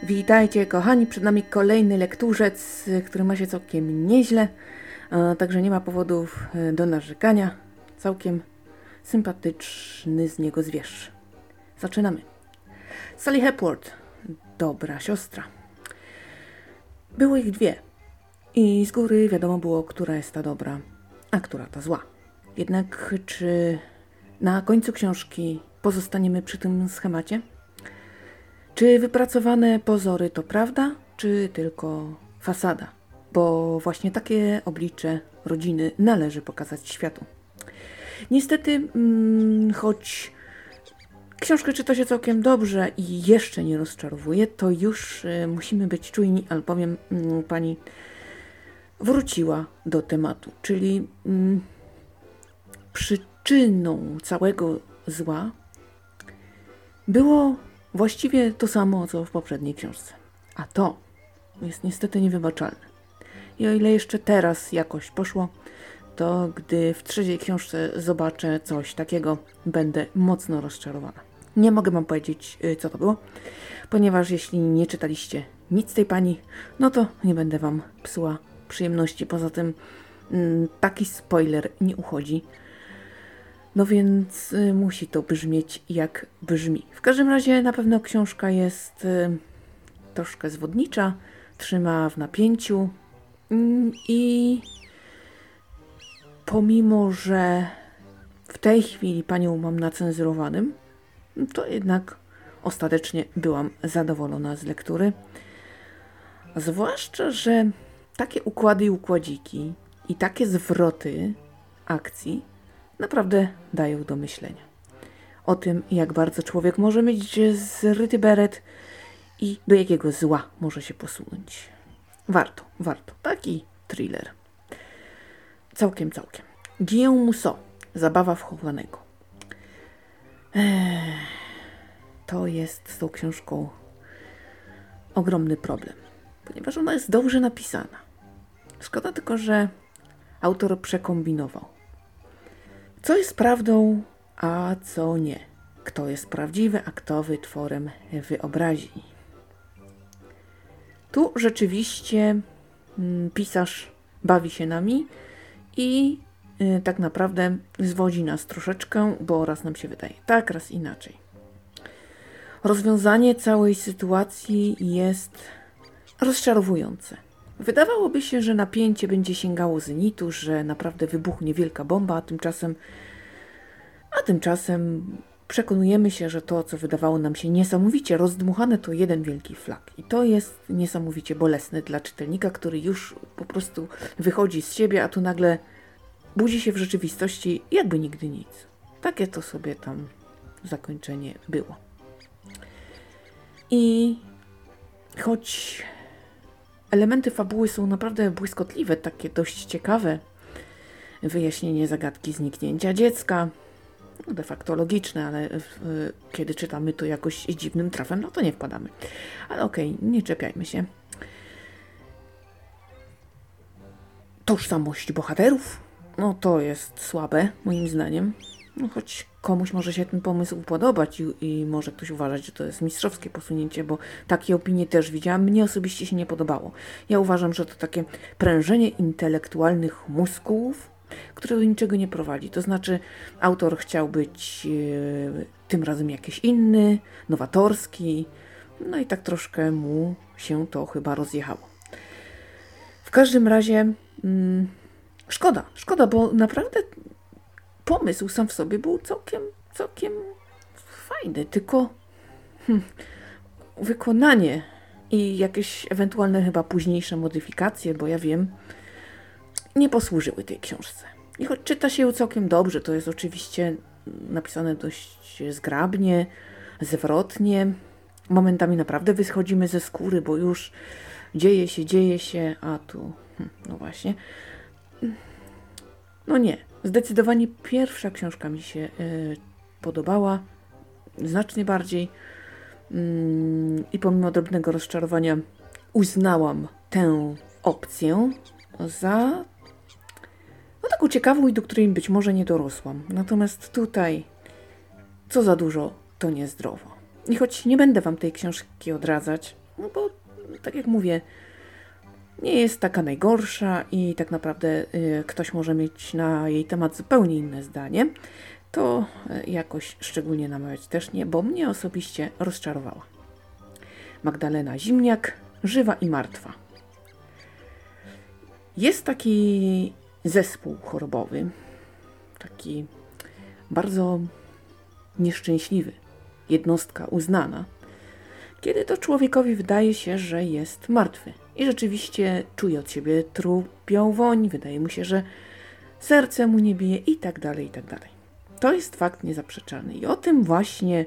Witajcie kochani, przed nami kolejny lekturzec, który ma się całkiem nieźle, także nie ma powodów do narzekania. Całkiem sympatyczny z niego zwierz. Zaczynamy. Sally Hepworth, dobra siostra. Było ich dwie i z góry wiadomo było, która jest ta dobra, a która ta zła. Jednak czy na końcu książki pozostaniemy przy tym schemacie? Czy wypracowane pozory to prawda, czy tylko fasada? Bo właśnie takie oblicze rodziny należy pokazać światu. Niestety, choć książkę czyta się całkiem dobrze i jeszcze nie rozczarowuje, to już musimy być czujni, albowiem pani wróciła do tematu, czyli przyczyną całego zła było właściwie to samo, co w poprzedniej książce. A to jest niestety niewybaczalne. I o ile jeszcze teraz jakoś poszło, to gdy w trzeciej książce zobaczę coś takiego, będę mocno rozczarowana. Nie mogę wam powiedzieć, co to było, ponieważ jeśli nie czytaliście nic tej pani, no to nie będę wam psuła przyjemności. Poza tym taki spoiler nie uchodzi. No więc musi to brzmieć jak brzmi. W każdym razie na pewno książka jest troszkę zwodnicza, trzyma w napięciu i pomimo, że w tej chwili panią mam na cenzurowanym, to jednak ostatecznie byłam zadowolona z lektury. Zwłaszcza, że takie układy i układziki i takie zwroty akcji naprawdę dają do myślenia. O tym, jak bardzo człowiek może mieć zryty beret i do jakiego zła może się posunąć. Warto. Taki thriller. Całkiem. Guillaume Musso. Zabawa wchowanego. To jest z tą książką ogromny problem, ponieważ ona jest dobrze napisana. Szkoda tylko, że autor przekombinował. Co jest prawdą, a co nie? Kto jest prawdziwy, a kto wytworem wyobraźni? Tu rzeczywiście pisarz bawi się nami i tak naprawdę zwodzi nas troszeczkę, bo raz nam się wydaje tak, raz inaczej. Rozwiązanie całej sytuacji jest rozczarowujące. Wydawałoby się, że napięcie będzie sięgało zenitu, że naprawdę wybuchnie wielka bomba, a tymczasem przekonujemy się, że to, co wydawało nam się niesamowicie rozdmuchane, to jeden wielki flak. I to jest niesamowicie bolesne dla czytelnika, który już po prostu wychodzi z siebie, a tu nagle budzi się w rzeczywistości jakby nigdy nic. Takie to sobie tam zakończenie było. I choć elementy fabuły są naprawdę błyskotliwe, takie dość ciekawe, wyjaśnienie zagadki zniknięcia dziecka, no de facto logiczne, ale kiedy czytamy to jakoś dziwnym trafem, no to nie wpadamy. Ale okej, nie czepiajmy się. Tożsamość bohaterów? No to jest słabe, moim zdaniem. No choć komuś może się ten pomysł podobać i może ktoś uważać, że to jest mistrzowskie posunięcie, bo takie opinie też widziałam. Mnie osobiście się nie podobało. Ja uważam, że to takie prężenie intelektualnych mózgów, które do niczego nie prowadzi. To znaczy autor chciał być tym razem jakiś inny, nowatorski, no i tak troszkę mu się to chyba rozjechało. W każdym razie szkoda, bo naprawdę pomysł sam w sobie był całkiem fajny, tylko wykonanie i jakieś ewentualne chyba późniejsze modyfikacje, bo ja wiem, nie posłużyły tej książce. I choć czyta się ją całkiem dobrze, to jest oczywiście napisane dość zgrabnie, zwrotnie. Momentami naprawdę wychodzimy ze skóry, bo już dzieje się, a tu, no właśnie. No nie, zdecydowanie pierwsza książka mi się podobała, znacznie bardziej. I pomimo drobnego rozczarowania uznałam tę opcję za taką ciekawą i do której być może nie dorosłam. Natomiast tutaj co za dużo, to niezdrowo. I choć nie będę wam tej książki odradzać, No bo, tak jak mówię, nie jest taka najgorsza i tak naprawdę ktoś może mieć na jej temat zupełnie inne zdanie. To jakoś szczególnie namawiać też nie, bo mnie osobiście rozczarowała. Magdalena Zimniak, Żywa i martwa. Jest taki zespół chorobowy, taki bardzo nieszczęśliwy, jednostka uznana, kiedy to człowiekowi wydaje się, że jest martwy i rzeczywiście czuje od siebie trupią woń, wydaje mu się, że serce mu nie bije i tak dalej, i tak dalej. To jest fakt niezaprzeczalny i o tym właśnie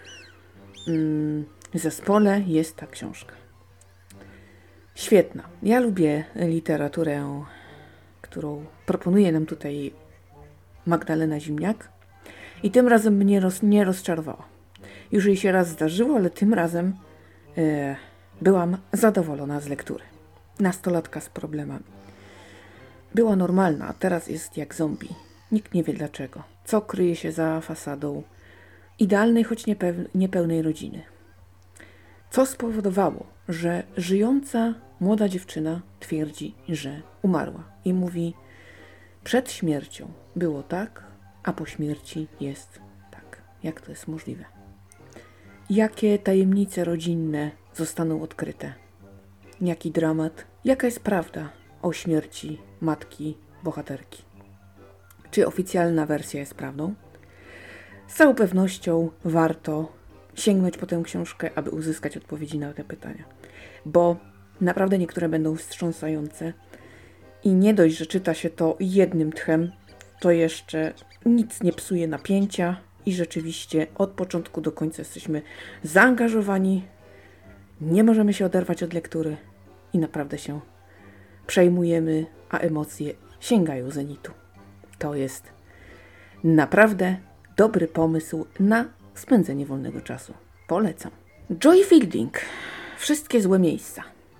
zespole jest ta książka. Świetna. Ja lubię literaturę, którą proponuje nam tutaj Magdalena Zimniak i tym razem mnie nie rozczarowała. Już jej się raz zdarzyło, ale tym razem byłam zadowolona z lektury. Nastolatka z problemami. Była normalna, a teraz jest jak zombie. Nikt nie wie dlaczego. Co kryje się za fasadą idealnej, choć niepełnej rodziny. Co spowodowało, że żyjąca młoda dziewczyna twierdzi, że umarła. I mówi, przed śmiercią było tak, a po śmierci jest tak. Jak to jest możliwe? Jakie tajemnice rodzinne zostaną odkryte? Jaki dramat? Jaka jest prawda o śmierci matki bohaterki? Czy oficjalna wersja jest prawdą? Z całą pewnością warto sięgnąć po tę książkę, aby uzyskać odpowiedzi na te pytania. Bo naprawdę niektóre będą wstrząsające i nie dość, że czyta się to jednym tchem, to jeszcze nic nie psuje napięcia i rzeczywiście od początku do końca jesteśmy zaangażowani, nie możemy się oderwać od lektury i naprawdę się przejmujemy, a emocje sięgają zenitu. To jest naprawdę dobry pomysł na spędzenie wolnego czasu. Polecam. Joy Fielding. Wszystkie złe miejsca.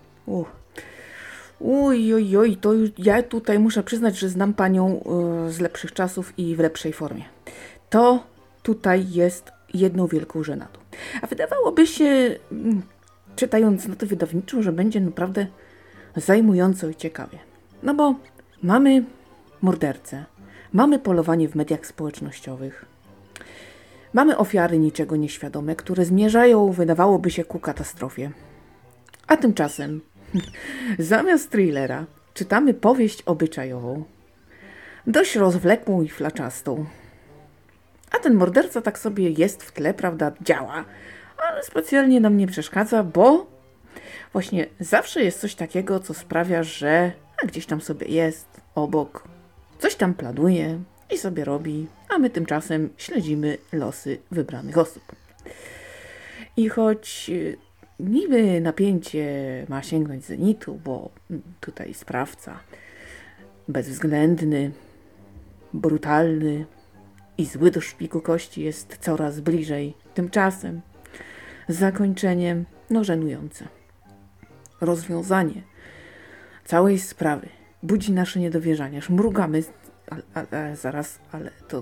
To ja tutaj muszę przyznać, że znam panią z lepszych czasów i w lepszej formie. To tutaj jest jedną wielką żenatą. A wydawałoby się, czytając notę wydawniczą, że będzie naprawdę zajmująco i ciekawie. No bo mamy mordercę, mamy polowanie w mediach społecznościowych, mamy ofiary niczego nieświadome, które zmierzają, wydawałoby się, ku katastrofie. A tymczasem zamiast thrillera czytamy powieść obyczajową, dość rozwlekłą i flaczastą. A ten morderca tak sobie jest w tle, prawda, działa, ale specjalnie nam nie przeszkadza, bo właśnie zawsze jest coś takiego, co sprawia, że gdzieś tam sobie jest, obok, coś tam planuje i sobie robi, a my tymczasem śledzimy losy wybranych osób. I choć niby napięcie ma sięgnąć zenitu, bo tutaj sprawca bezwzględny, brutalny i zły do szpiku kości jest coraz bliżej. Tymczasem zakończeniem żenujące. Rozwiązanie całej sprawy budzi nasze niedowierzanie. Aż mrugamy, ale to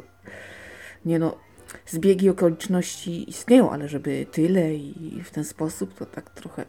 zbiegi okoliczności istnieją, ale żeby tyle i w ten sposób, to tak trochę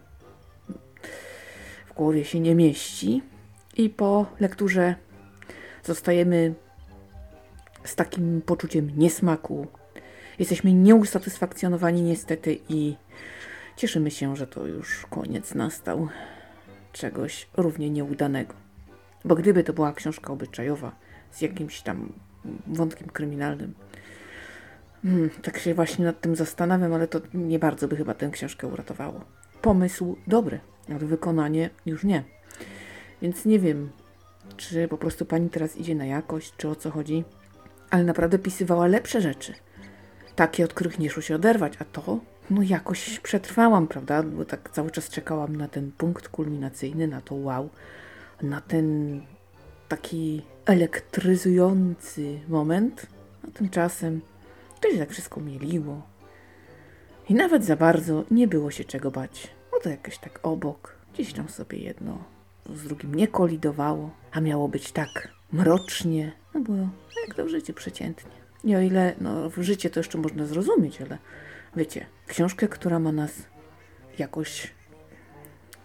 w głowie się nie mieści. I po lekturze zostajemy z takim poczuciem niesmaku. Jesteśmy nieusatysfakcjonowani niestety i cieszymy się, że to już koniec nastał czegoś równie nieudanego. Bo gdyby to była książka obyczajowa z jakimś tam wątkiem kryminalnym, tak się właśnie nad tym zastanawiam, ale to nie bardzo by chyba tę książkę uratowało. Pomysł dobry, ale wykonanie już nie. Więc nie wiem, czy po prostu pani teraz idzie na jakość, czy o co chodzi, ale naprawdę pisywała lepsze rzeczy. Takie, od których nie szło się oderwać, a to jakoś przetrwałam, prawda? Bo tak cały czas czekałam na ten punkt kulminacyjny, na to wow, na ten taki elektryzujący moment, a tymczasem to się tak wszystko mieliło. I nawet za bardzo nie było się czego bać. Bo to jakoś tak obok, gdzieś tam sobie jedno z drugim nie kolidowało, a miało być tak mrocznie, bo jak to w życiu przeciętnie. I o ile w życie to jeszcze można zrozumieć, ale wiecie, książkę, która ma nas jakoś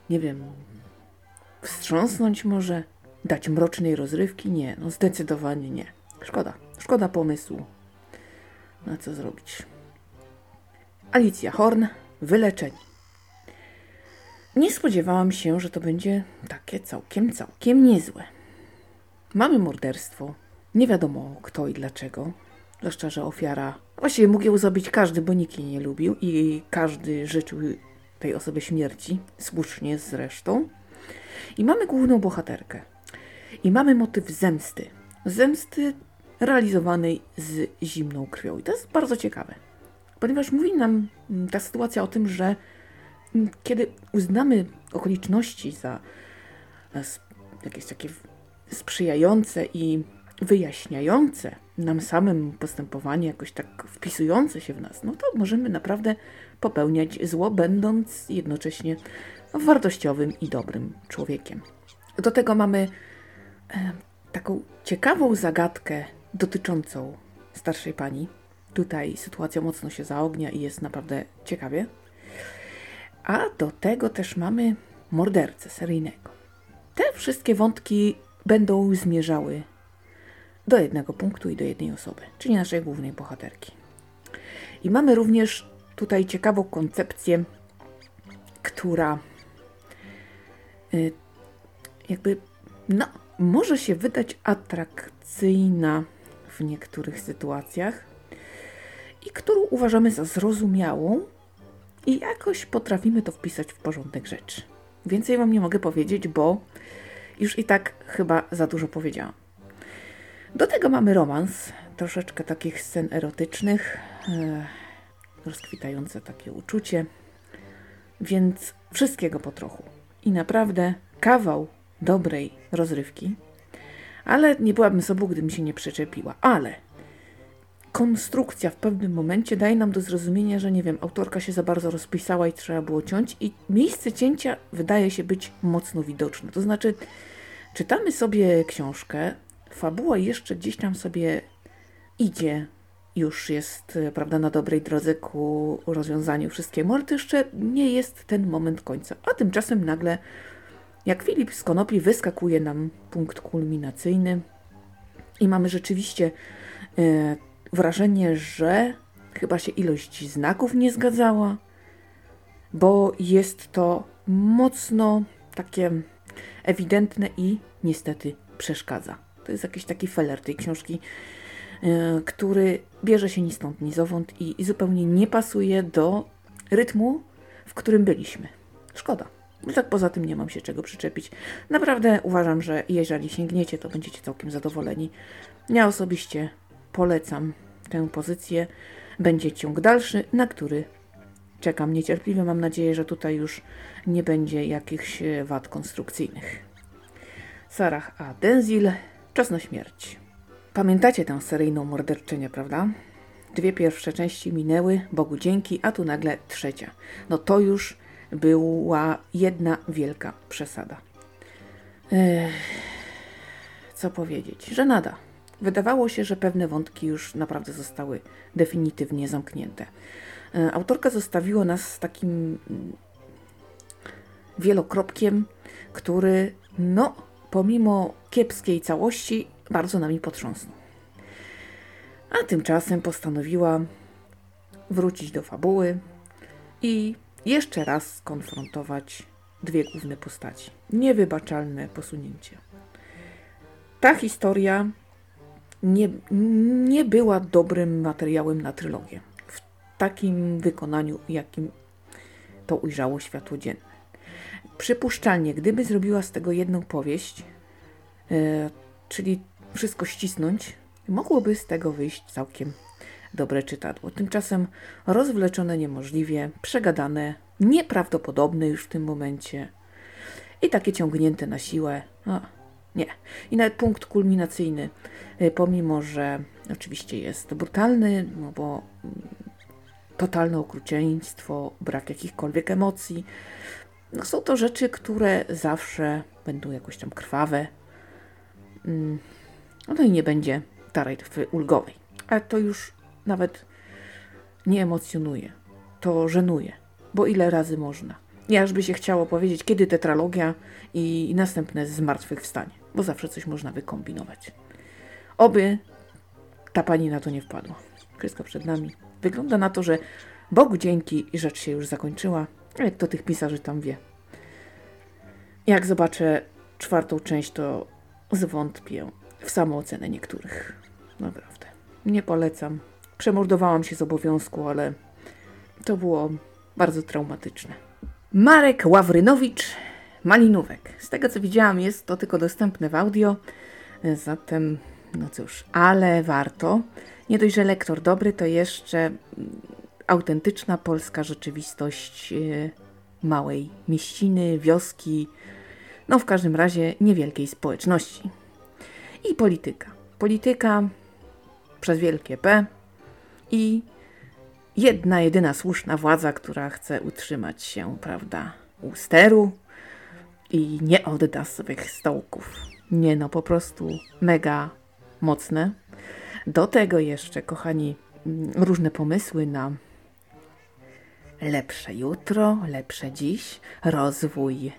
nie wiem, wstrząsnąć może, dać mrocznej rozrywki? Nie, no zdecydowanie nie. Szkoda pomysłu. Na co zrobić? Alicja Horn, Wyleczeni. Nie spodziewałam się, że to będzie takie całkiem niezłe. Mamy morderstwo. Nie wiadomo kto i dlaczego. Zwłaszcza, że ofiara... Właściwie mógł ją zabić każdy, bo nikt jej nie lubił i każdy życzył tej osobie śmierci. Słusznie zresztą. I mamy główną bohaterkę. I mamy motyw zemsty. Zemsty realizowanej z zimną krwią. I to jest bardzo ciekawe. Ponieważ mówi nam ta sytuacja o tym, że kiedy uznamy okoliczności za jakieś takie sprzyjające i wyjaśniające nam samym postępowanie, jakoś tak wpisujące się w nas, no to możemy naprawdę popełniać zło, będąc jednocześnie wartościowym i dobrym człowiekiem. Do tego mamy taką ciekawą zagadkę dotyczącą starszej pani. Tutaj sytuacja mocno się zaognia i jest naprawdę ciekawie. A do tego też mamy mordercę seryjnego. Te wszystkie wątki będą zmierzały do jednego punktu i do jednej osoby, czyli naszej głównej bohaterki. I mamy również tutaj ciekawą koncepcję, która może się wydać atrakcyjna w niektórych sytuacjach i którą uważamy za zrozumiałą i jakoś potrafimy to wpisać w porządek rzeczy. Więcej wam nie mogę powiedzieć, bo już i tak chyba za dużo powiedziałam. Do tego mamy romans, troszeczkę takich scen erotycznych, rozkwitające takie uczucie, więc wszystkiego po trochu. I naprawdę kawał dobrej rozrywki, ale nie byłabym sobą, gdybym się nie przyczepiła. Ale konstrukcja w pewnym momencie daje nam do zrozumienia, że nie wiem, autorka się za bardzo rozpisała i trzeba było ciąć i miejsce cięcia wydaje się być mocno widoczne. To znaczy, czytamy sobie książkę, fabuła jeszcze gdzieś tam sobie idzie, już jest, prawda, na dobrej drodze ku rozwiązaniu wszystkiego, ale to jeszcze nie jest ten moment końca. A tymczasem nagle, jak Filip z konopi, wyskakuje nam punkt kulminacyjny i mamy rzeczywiście wrażenie, że chyba się ilość znaków nie zgadzała, bo jest to mocno takie ewidentne i niestety przeszkadza. To jest jakiś taki feller tej książki, który bierze się ni stąd, ni zowąd i zupełnie nie pasuje do rytmu, w którym byliśmy. Szkoda. Tak poza tym nie mam się czego przyczepić. Naprawdę uważam, że jeżeli sięgniecie, to będziecie całkiem zadowoleni. Ja osobiście polecam tę pozycję. Będzie ciąg dalszy, na który czekam niecierpliwie. Mam nadzieję, że tutaj już nie będzie jakichś wad konstrukcyjnych. Sarah A. Denzil, Czas na śmierć. Pamiętacie tę seryjną morderczynię, prawda? 2 pierwsze części minęły, Bogu dzięki, a tu nagle 3. No to już była jedna wielka przesada. Co powiedzieć? Żenada. Wydawało się, że pewne wątki już naprawdę zostały definitywnie zamknięte. Autorka zostawiła nas z takim wielokropkiem, który, pomimo kiepskiej całości, bardzo nami potrząsnął. A tymczasem postanowiła wrócić do fabuły i jeszcze raz skonfrontować 2 główne postaci. Niewybaczalne posunięcie. Ta historia nie była dobrym materiałem na trylogię. W takim wykonaniu, jakim to ujrzało światło dzienne. Przypuszczalnie, gdyby zrobiła z tego jedną powieść, czyli wszystko ścisnąć, mogłoby z tego wyjść całkiem dobre czytadło. Tymczasem rozwleczone niemożliwie, przegadane, nieprawdopodobne już w tym momencie i takie ciągnięte na siłę. Nie. I nawet punkt kulminacyjny, pomimo że oczywiście jest brutalny, bo totalne okrucieństwo, brak jakichkolwiek emocji, są to rzeczy, które zawsze będą jakoś tam krwawe. No i nie będzie taryfy ulgowej. Ale to już nawet nie emocjonuje. To żenuje. Bo ile razy można? I aż by się chciało powiedzieć, kiedy tetralogia i następne zmartwychwstanie, bo zawsze coś można wykombinować. Oby ta pani na to nie wpadła. Wszystko przed nami. Wygląda na to, że Bogu dzięki i rzecz się już zakończyła. Jak to tych pisarzy tam wie. Jak zobaczę 4. część, to zwątpię w samoocenę niektórych. Naprawdę. Nie polecam. Przemordowałam się z obowiązku, ale to było bardzo traumatyczne. Marek Ławrynowicz, Malinówek. Z tego co widziałam, jest to tylko dostępne w audio. Zatem, no cóż, ale warto. Nie dość, że lektor dobry, to jeszcze autentyczna polska rzeczywistość małej mieściny, wioski, no w każdym razie niewielkiej społeczności. I polityka. Polityka przez wielkie P i jedna, jedyna słuszna władza, która chce utrzymać się, prawda, u steru i nie odda swych stołków. Nie no, po prostu mega mocne. Do tego jeszcze, kochani, różne pomysły na lepsze jutro, lepsze dziś, rozwój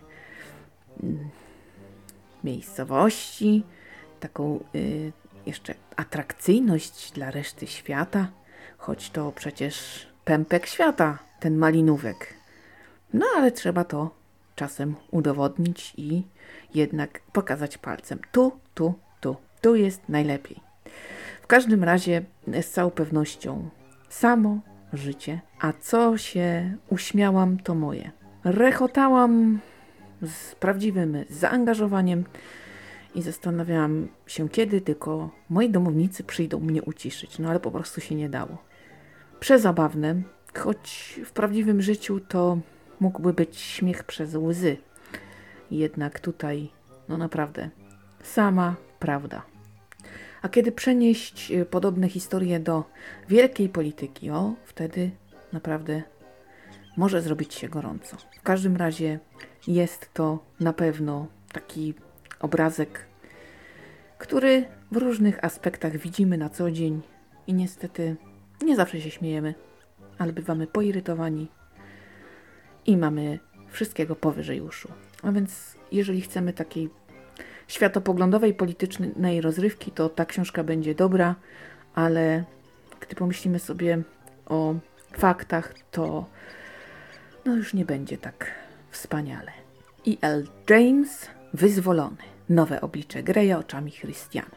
miejscowości, taką jeszcze atrakcyjność dla reszty świata, choć to przecież pępek świata, ten Malinówek. No ale trzeba to czasem udowodnić i jednak pokazać palcem. Tu jest najlepiej. W każdym razie z całą pewnością samo życie, a co się uśmiałam, to moje. Rechotałam z prawdziwym zaangażowaniem i zastanawiałam się, kiedy tylko moi domownicy przyjdą mnie uciszyć. No ale po prostu się nie dało. Przezabawne, choć w prawdziwym życiu to mógłby być śmiech przez łzy. Jednak tutaj, no naprawdę, sama prawda. A kiedy przenieść podobne historie do wielkiej polityki, wtedy naprawdę może zrobić się gorąco. W każdym razie jest to na pewno taki obrazek, który w różnych aspektach widzimy na co dzień i niestety nie zawsze się śmiejemy, ale bywamy poirytowani i mamy wszystkiego powyżej uszu. A więc jeżeli chcemy takiej światopoglądowej, politycznej rozrywki, to ta książka będzie dobra, ale gdy pomyślimy sobie o faktach, to no już nie będzie tak wspaniale. E.L. James, Wyzwolony. Nowe oblicze Greya oczami Chrystiana.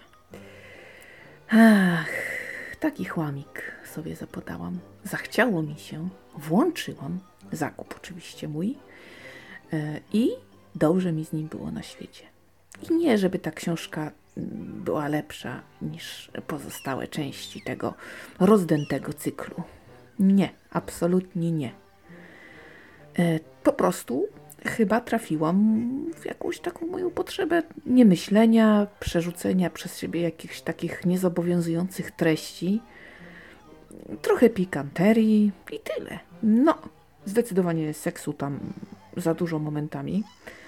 Ach, taki chłamik sobie zapodałam. Zachciało mi się, włączyłam, zakup oczywiście mój, i dobrze mi z nim było na świecie. I nie, żeby ta książka była lepsza niż pozostałe części tego rozdętego cyklu. Nie, absolutnie nie. Po prostu chyba trafiłam w jakąś taką moją potrzebę niemyślenia, przerzucenia przez siebie jakichś takich niezobowiązujących treści, trochę pikanterii i tyle. No, zdecydowanie seksu tam za dużo momentami.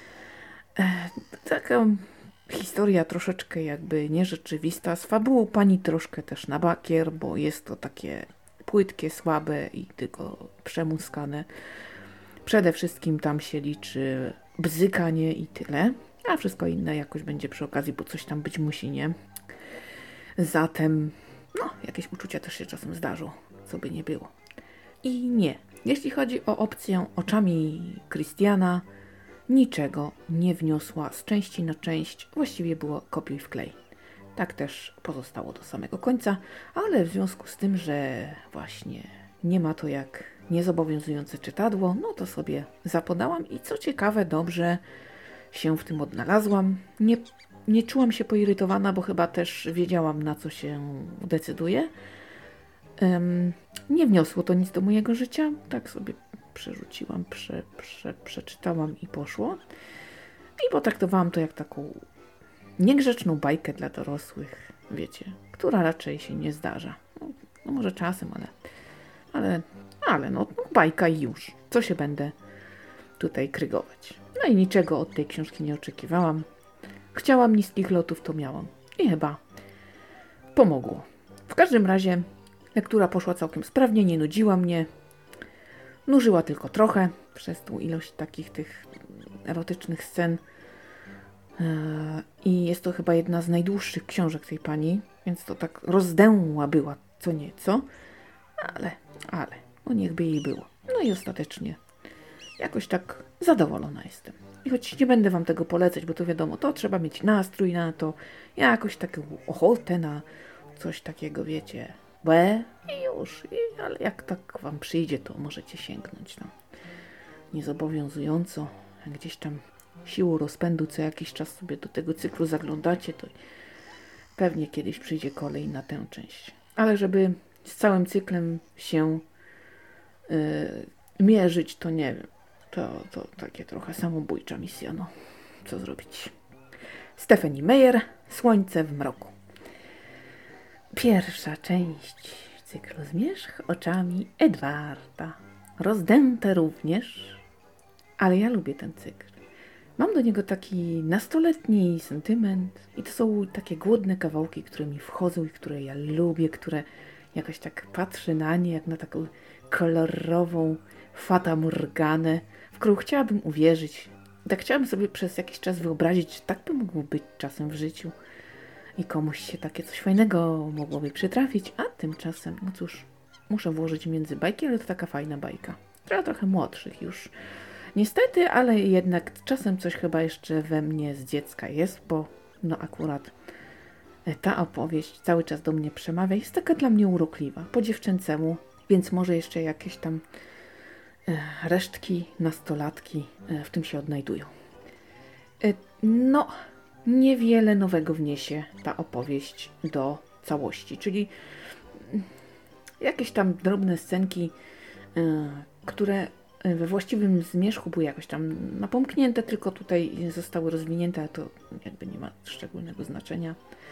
Taka historia troszeczkę jakby nierzeczywista, z fabułą pani troszkę też na bakier, bo jest to takie płytkie, słabe i tylko przemuskane. Przede wszystkim tam się liczy bzykanie i tyle, a wszystko inne jakoś będzie przy okazji, bo coś tam być musi, nie? Zatem, no, jakieś uczucia też się czasem zdarzą, co by nie było. I nie, jeśli chodzi o opcję oczami Chrystiana, niczego nie wniosła z części na część, właściwie było kopiuj wklej. Tak też pozostało do samego końca, ale w związku z tym, że właśnie nie ma to jak niezobowiązujące czytadło, no to sobie zapodałam i co ciekawe, dobrze się w tym odnalazłam. Nie czułam się poirytowana, bo chyba też wiedziałam, na co się decyduję. Nie wniosło to nic do mojego życia, tak sobie przerzuciłam, przeczytałam i poszło. I potraktowałam to jak taką niegrzeczną bajkę dla dorosłych, wiecie, która raczej się nie zdarza. No może czasem, ale no bajka i już. Co się będę tutaj krygować. No i niczego od tej książki nie oczekiwałam. Chciałam niskich lotów, to miałam. I chyba pomogło. W każdym razie lektura poszła całkiem sprawnie, nie nudziła mnie. Nużyła tylko trochę, przez tą ilość takich tych erotycznych scen. I jest to chyba jedna z najdłuższych książek tej pani, więc to tak rozdęła była co nieco, ale, no niechby jej było. No i ostatecznie jakoś tak zadowolona jestem. I choć nie będę wam tego polecać, bo to wiadomo, to trzeba mieć nastrój na to, jakoś taką ochotę na coś takiego, wiecie, i już, ale jak tak wam przyjdzie, to możecie sięgnąć, no. Niezobowiązująco, gdzieś tam siłą rozpędu co jakiś czas sobie do tego cyklu zaglądacie, to pewnie kiedyś przyjdzie kolej na tę część. Ale żeby z całym cyklem się mierzyć, to nie wiem. To takie trochę samobójcza misja, no. Co zrobić? Stephenie Meyer, Słońce w mroku. Pierwsza część cyklu Zmierzch oczami Edwarda. Rozdęte również, ale ja lubię ten cykl. Mam do niego taki nastoletni sentyment i to są takie głodne kawałki, które mi wchodzą i które ja lubię, które jakoś tak patrzę na nie jak na taką kolorową Fata Morganę, w którą chciałabym uwierzyć. Tak chciałabym sobie przez jakiś czas wyobrazić, że tak by mogło być czasem w życiu i komuś się takie coś fajnego mogłoby przytrafić, a tymczasem, no cóż, muszę włożyć między bajki, ale to taka fajna bajka. Trochę młodszych już. Niestety, ale jednak czasem coś chyba jeszcze we mnie z dziecka jest, bo no akurat ta opowieść cały czas do mnie przemawia. Jest taka dla mnie urokliwa, po dziewczęcemu, więc może jeszcze jakieś tam resztki, nastolatki w tym się odnajdują. No, niewiele nowego wniesie ta opowieść do całości, czyli jakieś tam drobne scenki, które we właściwym zmierzchu były jakoś tam napomknięte, tylko tutaj zostały rozwinięte, ale to jakby nie ma szczególnego znaczenia.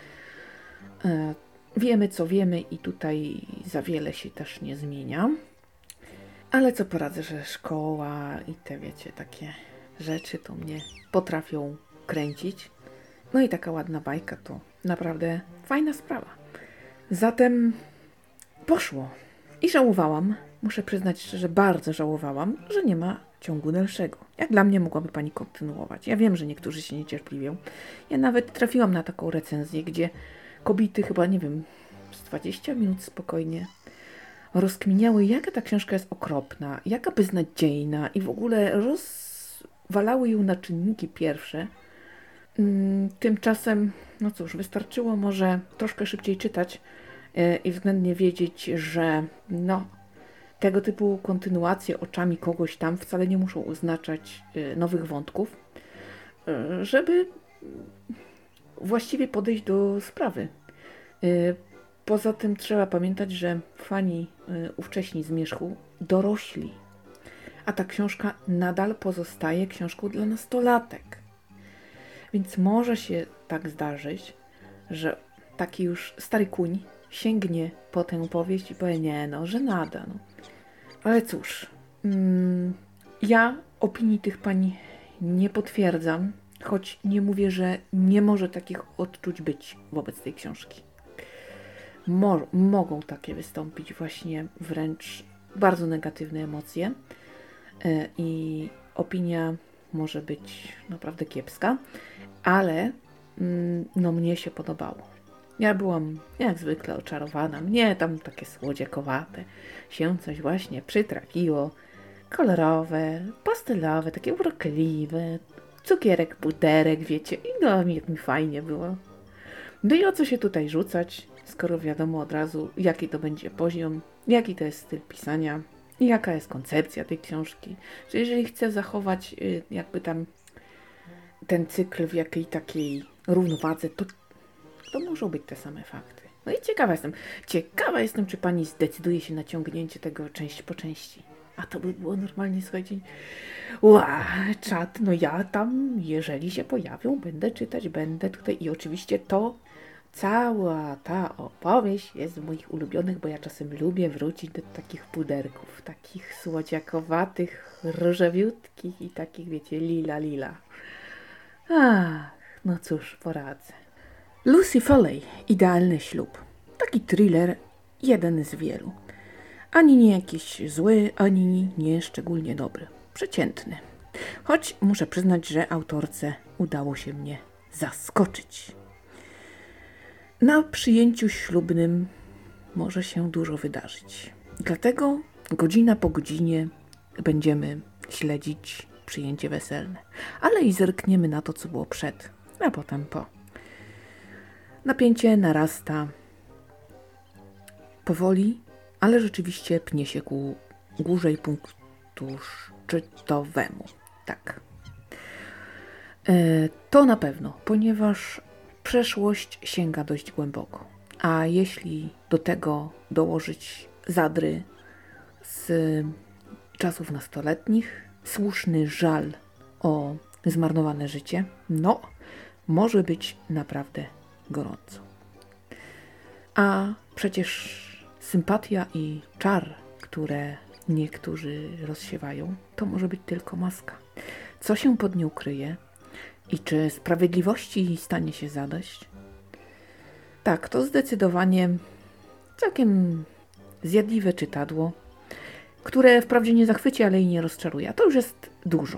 Wiemy, co wiemy i tutaj za wiele się też nie zmienia. Ale co poradzę, że szkoła i te, wiecie, takie rzeczy to mnie potrafią kręcić. No i taka ładna bajka to naprawdę fajna sprawa. Zatem poszło. I żałowałam, muszę przyznać szczerze, bardzo żałowałam, że nie ma ciągu dalszego. Jak dla mnie mogłaby pani kontynuować. Ja wiem, że niektórzy się niecierpliwią. Ja nawet trafiłam na taką recenzję, gdzie kobiety chyba, nie wiem, z 20 minut spokojnie rozkminiały, jaka ta książka jest okropna, jaka beznadziejna i w ogóle rozwalały ją na czynniki pierwsze. Tymczasem, no cóż, wystarczyło może troszkę szybciej czytać i względnie wiedzieć, że no, tego typu kontynuacje oczami kogoś tam wcale nie muszą oznaczać nowych wątków, żeby właściwie podejść do sprawy. Poza tym trzeba pamiętać, że fani ówcześni Zmierzchu dorośli, a ta książka nadal pozostaje książką dla nastolatek. Więc może się tak zdarzyć, że taki już stary kuń sięgnie po tę powieść i powie, nie no, żenada. No. Ale cóż, ja opinii tych pań nie potwierdzam, choć nie mówię, że nie może takich odczuć być wobec tej książki. Mogą takie wystąpić właśnie wręcz bardzo negatywne emocje i opinia może być naprawdę kiepska, ale no mnie się podobało. Ja byłam jak zwykle oczarowana, mnie tam takie słodziakowate się coś właśnie przytrafiło, kolorowe, pastelowe, takie urokliwe, cukierek, puderek, wiecie, i no jak mi fajnie było. No i o co się tutaj rzucać, skoro wiadomo od razu, jaki to będzie poziom, jaki to jest styl pisania i jaka jest koncepcja tej książki. Że jeżeli chcę zachować jakby tam ten cykl w jakiej takiej równowadze, to muszą być te same fakty. No i ciekawa jestem, czy pani zdecyduje się na ciągnięcie tego część po części. A to by było normalnie, słuchajcie, czat, no ja tam, jeżeli się pojawią, będę czytać, będę tutaj i oczywiście cała ta opowieść jest z moich ulubionych, bo ja czasem lubię wrócić do takich puderków, takich słodziakowatych, różowiutkich i takich, wiecie, lila. Ach, no cóż, poradzę. Lucy Foley, Idealny ślub. Taki thriller, jeden z wielu. Ani nie jakiś zły, ani nie szczególnie dobry. przeciętny. Choć muszę przyznać, że autorce udało się mnie zaskoczyć. Na przyjęciu ślubnym może się dużo wydarzyć. Dlatego godzina po godzinie będziemy śledzić przyjęcie weselne. Ale i zerkniemy na to, co było przed, a potem po. Napięcie narasta powoli, ale rzeczywiście pnie się ku górze i punktu szczytowemu. Tak. To na pewno, ponieważ przeszłość sięga dość głęboko. A jeśli do tego dołożyć zadry z czasów nastoletnich, słuszny żal o zmarnowane życie, no, może być naprawdę gorąco. A przecież sympatia i czar, które niektórzy rozsiewają, to może być tylko maska. Co się pod nią kryje i czy sprawiedliwości stanie się zadość? Tak, to zdecydowanie całkiem zjadliwe czytadło, które wprawdzie nie zachwyci, ale i nie rozczaruje. A to już jest dużo.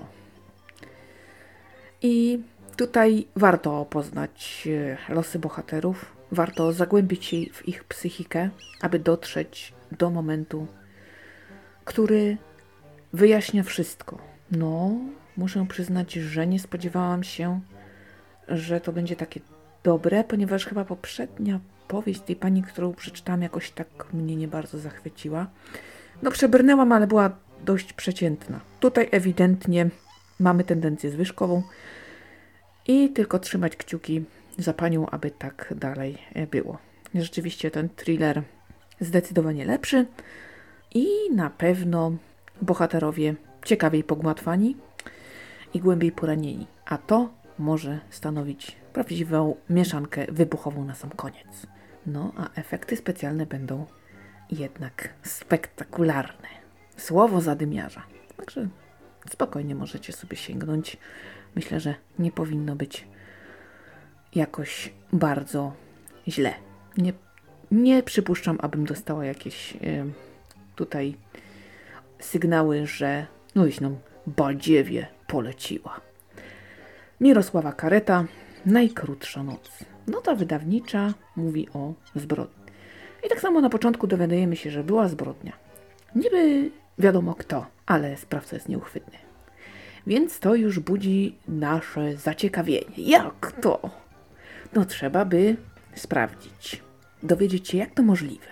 I tutaj warto poznać losy bohaterów, warto zagłębić się w ich psychikę, aby dotrzeć do momentu, który wyjaśnia wszystko. No, muszę przyznać, że nie spodziewałam się, że to będzie takie dobre, ponieważ chyba poprzednia powieść tej pani, którą przeczytałam, jakoś tak mnie nie bardzo zachwyciła. No, przebrnęłam, ale była dość przeciętna. Tutaj ewidentnie mamy tendencję zwyżkową i tylko trzymać kciuki za panią, aby tak dalej było. Rzeczywiście ten thriller zdecydowanie lepszy i na pewno bohaterowie ciekawiej pogmatwani i głębiej poranieni. A to może stanowić prawdziwą mieszankę wybuchową na sam koniec. No, a efekty specjalne będą jednak spektakularne. Słowo zadymiarza. Także spokojnie możecie sobie sięgnąć. Myślę, że nie powinno być jakoś bardzo źle. Nie przypuszczam, abym dostała jakieś tutaj sygnały, że badziewie poleciła. Mirosława Kareta, Najkrótsza noc. Nota wydawnicza mówi o zbrodni. I tak samo na początku dowiadujemy się, że była zbrodnia. Niby wiadomo kto, ale sprawca jest nieuchwytny. Więc to już budzi nasze zaciekawienie. Jak to? No trzeba by sprawdzić. Dowiedzieć się, jak to możliwe.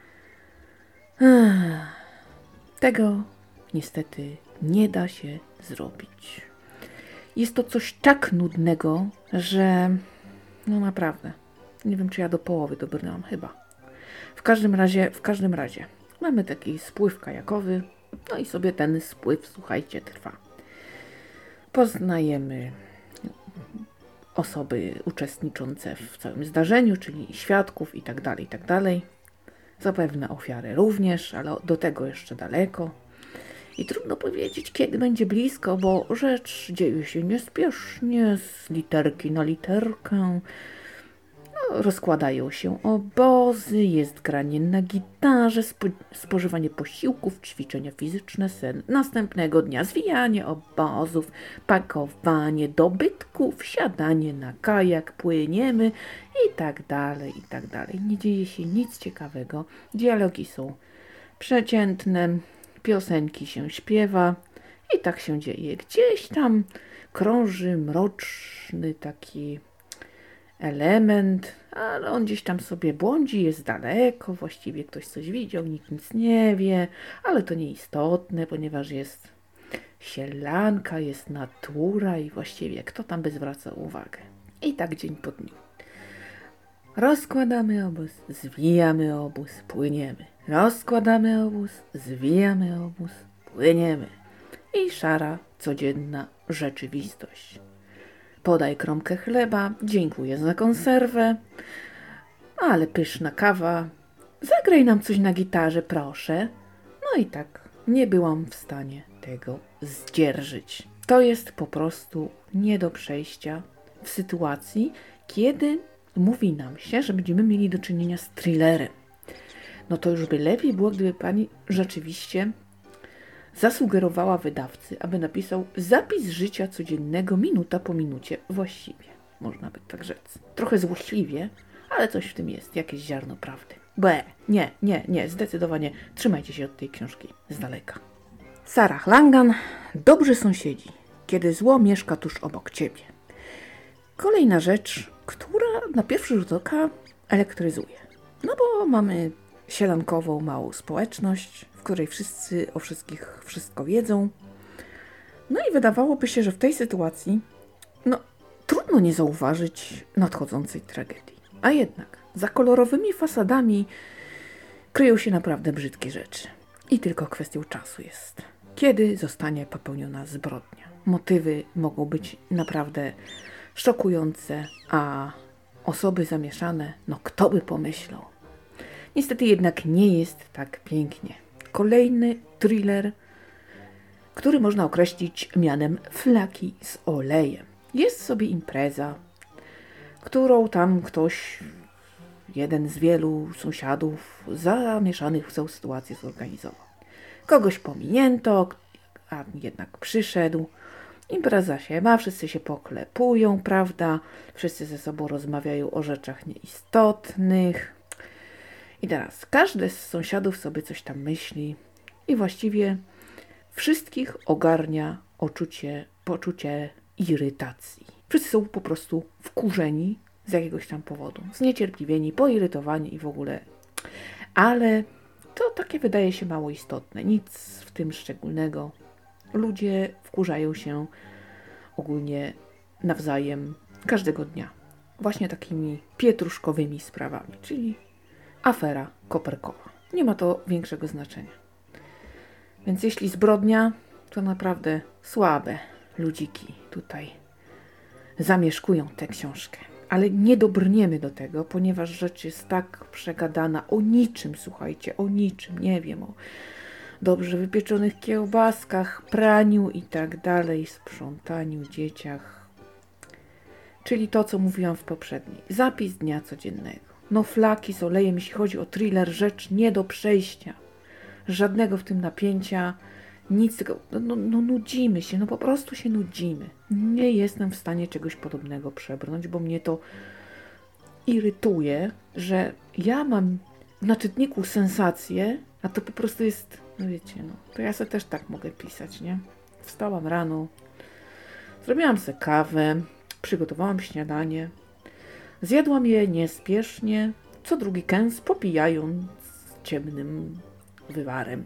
Tego niestety nie da się zrobić. Jest to coś tak nudnego, że no naprawdę, nie wiem, czy ja do połowy dobrnęłam, chyba. W każdym razie mamy taki spływ kajakowy, no i sobie ten spływ, słuchajcie, trwa. Poznajemy osoby uczestniczące w całym zdarzeniu, czyli świadków i tak dalej, i tak dalej. Zapewne ofiary również, ale do tego jeszcze daleko. I trudno powiedzieć, kiedy będzie blisko, bo rzecz dzieje się niespiesznie, z literki na literkę. No, rozkładają się obozy, jest granie na gitarze, spożywanie posiłków, ćwiczenia fizyczne, sen następnego dnia, zwijanie obozów, pakowanie dobytków, siadanie na kajak, płyniemy i tak dalej, i tak dalej. Nie dzieje się nic ciekawego, dialogi są przeciętne, piosenki się śpiewa i tak się dzieje. Gdzieś tam krąży mroczny taki element, ale on gdzieś tam sobie błądzi, jest daleko, właściwie ktoś coś widział, nikt nic nie wie, ale to nieistotne, ponieważ jest sielanka, jest natura i właściwie kto tam by zwracał uwagę. I tak dzień po dniu. Rozkładamy obóz, zwijamy obóz, płyniemy. Rozkładamy obóz, zwijamy obóz, płyniemy. I szara, codzienna rzeczywistość. Podaj kromkę chleba, dziękuję za konserwę, ale pyszna kawa. Zagraj nam coś na gitarze, proszę. No i tak, nie byłam w stanie tego zdzierżyć. To jest po prostu nie do przejścia w sytuacji, kiedy mówi nam się, że będziemy mieli do czynienia z thrillerem. No to już by lepiej było, gdyby pani rzeczywiście zasugerowała wydawcy, aby napisał zapis życia codziennego minuta po minucie właściwie. Można by tak rzec. Trochę złośliwie, ale coś w tym jest, jakieś ziarno prawdy. Nie, zdecydowanie trzymajcie się od tej książki z daleka. Sarah Langan, dobrzy sąsiedzi, kiedy zło mieszka tuż obok ciebie. Kolejna rzecz, która na pierwszy rzut oka elektryzuje. No bo mamy sielankową małą społeczność, w której wszyscy o wszystkich wszystko wiedzą. No i wydawałoby się, że w tej sytuacji trudno nie zauważyć nadchodzącej tragedii. A jednak za kolorowymi fasadami kryją się naprawdę brzydkie rzeczy. I tylko kwestią czasu jest, kiedy zostanie popełniona zbrodnia. Motywy mogą być naprawdę szokujące, a osoby zamieszane, kto by pomyślał. Niestety jednak nie jest tak pięknie. Kolejny thriller, który można określić mianem flaki z olejem. Jest sobie impreza, którą tam ktoś, jeden z wielu sąsiadów zamieszanych w tę sytuację zorganizował. Kogoś pominięto, a jednak przyszedł. Impreza się ma, wszyscy się poklepują, prawda? Wszyscy ze sobą rozmawiają o rzeczach nieistotnych. I teraz każdy z sąsiadów sobie coś tam myśli i właściwie wszystkich ogarnia poczucie irytacji. Wszyscy są po prostu wkurzeni z jakiegoś tam powodu, zniecierpliwieni, poirytowani i w ogóle. Ale to takie wydaje się mało istotne, nic w tym szczególnego. Ludzie wkurzają się ogólnie nawzajem każdego dnia. Właśnie takimi pietruszkowymi sprawami, czyli afera koperkowa. Nie ma to większego znaczenia. Więc jeśli zbrodnia, to naprawdę słabe ludziki tutaj zamieszkują tę książkę. Ale nie dobrniemy do tego, ponieważ rzecz jest tak przegadana o niczym, słuchajcie, o niczym, nie wiem, o dobrze wypieczonych kiełbaskach, praniu i tak dalej, sprzątaniu, dzieciach. Czyli to, co mówiłam w poprzedniej. Zapis dnia codziennego. Flaki z olejem, jeśli chodzi o thriller, rzecz nie do przejścia. Żadnego w tym napięcia, nic, tylko nudzimy się, po prostu się nudzimy. Nie jestem w stanie czegoś podobnego przebrnąć, bo mnie to irytuje, że ja mam na czytniku sensację, a to po prostu jest, wiecie, to ja sobie też tak mogę pisać, nie? Wstałam rano, zrobiłam sobie kawę, przygotowałam śniadanie, zjadłam je niespiesznie, co drugi kęs popijając ciemnym wywarem.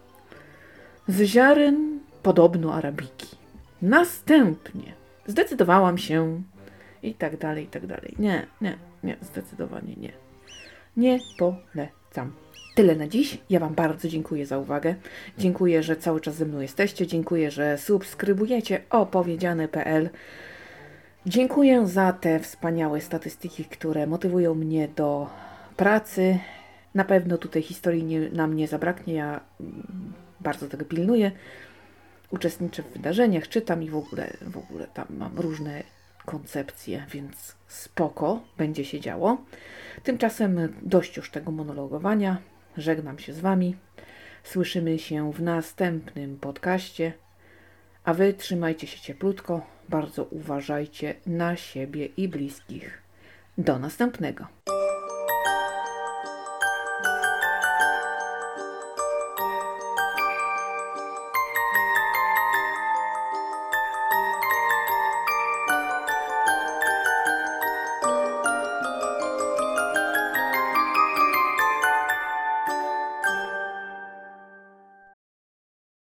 Z ziaren podobno arabiki. Następnie zdecydowałam się i tak dalej, i tak dalej. Nie, zdecydowanie nie. Nie polecam. Tyle na dziś. Ja Wam bardzo dziękuję za uwagę. Dziękuję, że cały czas ze mną jesteście. Dziękuję, że subskrybujecie opowiedziane.pl. Dziękuję za te wspaniałe statystyki, które motywują mnie do pracy. Na pewno tutaj historii nam nie zabraknie. Ja bardzo tego pilnuję. Uczestniczę w wydarzeniach, czytam i w ogóle tam mam różne koncepcje, więc spoko, będzie się działo. Tymczasem dość już tego monologowania. Żegnam się z Wami. Słyszymy się w następnym podcaście. A Wy trzymajcie się cieplutko. Bardzo uważajcie na siebie i bliskich. Do następnego.